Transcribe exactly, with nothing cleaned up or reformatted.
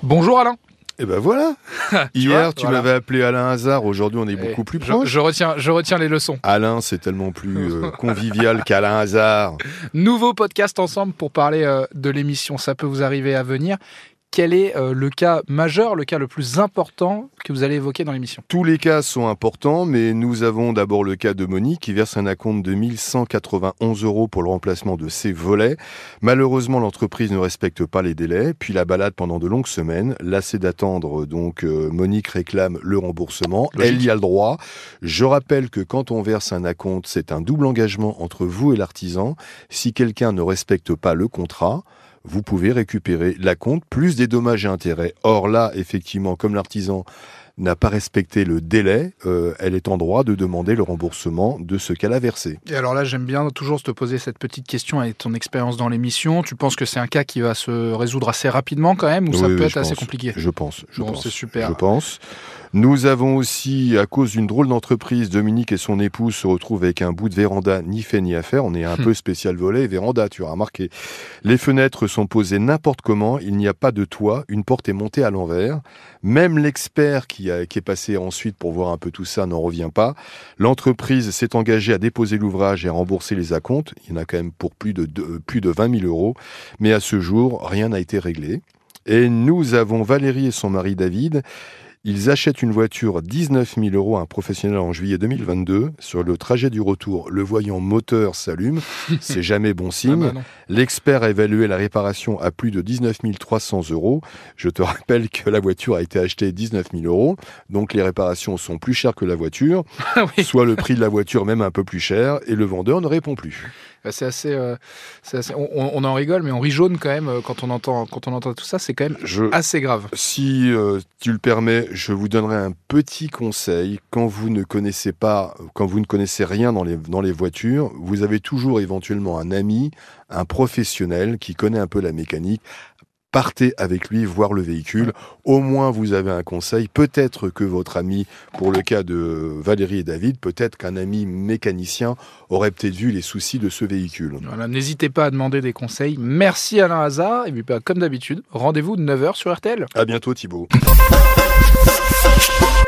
Bonjour Alain. Et ben voilà. tu Hier, vois, tu voilà. m'avais appelé Alain Hazard. Aujourd'hui, on est beaucoup Et plus je, proches. je retiens, je retiens les leçons. Alain, c'est tellement plus euh, convivial qu'Alain Hazard. Nouveau podcast ensemble pour parler euh, de l'émission. Ça peut vous arriver à venir. Quel est euh, le cas majeur, le cas le plus important que vous allez évoquer dans l'émission ? Tous les cas sont importants, mais nous avons d'abord le cas de Monique qui verse un acompte de mille cent quatre-vingt-onze euros pour le remplacement de ses volets. Malheureusement, l'entreprise ne respecte pas les délais, puis la balade pendant de longues semaines. Lassée d'attendre, donc euh, Monique réclame le remboursement. Logique. Elle y a le droit. Je rappelle que quand on verse un acompte, c'est un double engagement entre vous et l'artisan. Si quelqu'un ne respecte pas le contrat, vous pouvez récupérer l'acompte plus des dommages et intérêts. Or là, effectivement, comme l'artisan n'a pas respecté le délai, euh, elle est en droit de demander le remboursement de ce qu'elle a versé. Et alors là, j'aime bien toujours te poser cette petite question avec ton expérience dans l'émission. Tu penses que c'est un cas qui va se résoudre assez rapidement quand même, ou ça Oui, peut oui, être je assez pense. compliqué ? Je pense. Je Bon, pense. c'est super. Je pense. Nous avons aussi, à cause d'une drôle d'entreprise, Dominique et son épouse se retrouvent avec un bout de véranda ni fait ni à faire. On est un peu spécial volet et véranda, tu as remarqué. Les fenêtres sont posées n'importe comment, il n'y a pas de toit, une porte est montée à l'envers. Même l'expert qui, a, qui est passé ensuite pour voir un peu tout ça n'en revient pas. L'entreprise s'est engagée à déposer l'ouvrage et à rembourser les acomptes. Il y en a quand même pour plus de, de, plus de vingt mille euros. Mais à ce jour, rien n'a été réglé. Et nous avons Valérie et son mari David. Ils achètent une voiture dix-neuf mille euros à un professionnel en juillet deux mille vingt-deux. Sur le trajet du retour, le voyant moteur s'allume. C'est jamais bon signe. Ah bah non. L'expert a évalué la réparation à plus de dix-neuf mille trois cents euros. Je te rappelle que la voiture a été achetée dix-neuf mille euros. Donc les réparations sont plus chères que la voiture. Ah oui. Soit le prix de la voiture même un peu plus cher. Et le vendeur ne répond plus. Bah, c'est assez, euh, c'est assez on, on en rigole, mais on rit jaune quand même euh, quand on entend, quand on entend tout ça. C'est quand même Je... assez grave. Si euh, tu le permets, je vous donnerai un petit conseil. Quand vous ne connaissez pas, quand vous ne connaissez rien dans les, dans les voitures, vous avez toujours éventuellement un ami, un professionnel qui connaît un peu la mécanique. Partez avec lui voir le véhicule. Au moins, vous avez un conseil. Peut-être que votre ami, pour le cas de Valérie et David, peut-être qu'un ami mécanicien aurait peut-être vu les soucis de ce véhicule. Voilà, n'hésitez pas à demander des conseils. Merci Alain Hazard. Et puis, bah, comme d'habitude, rendez-vous de neuf heures sur R T L. À bientôt Thibaut.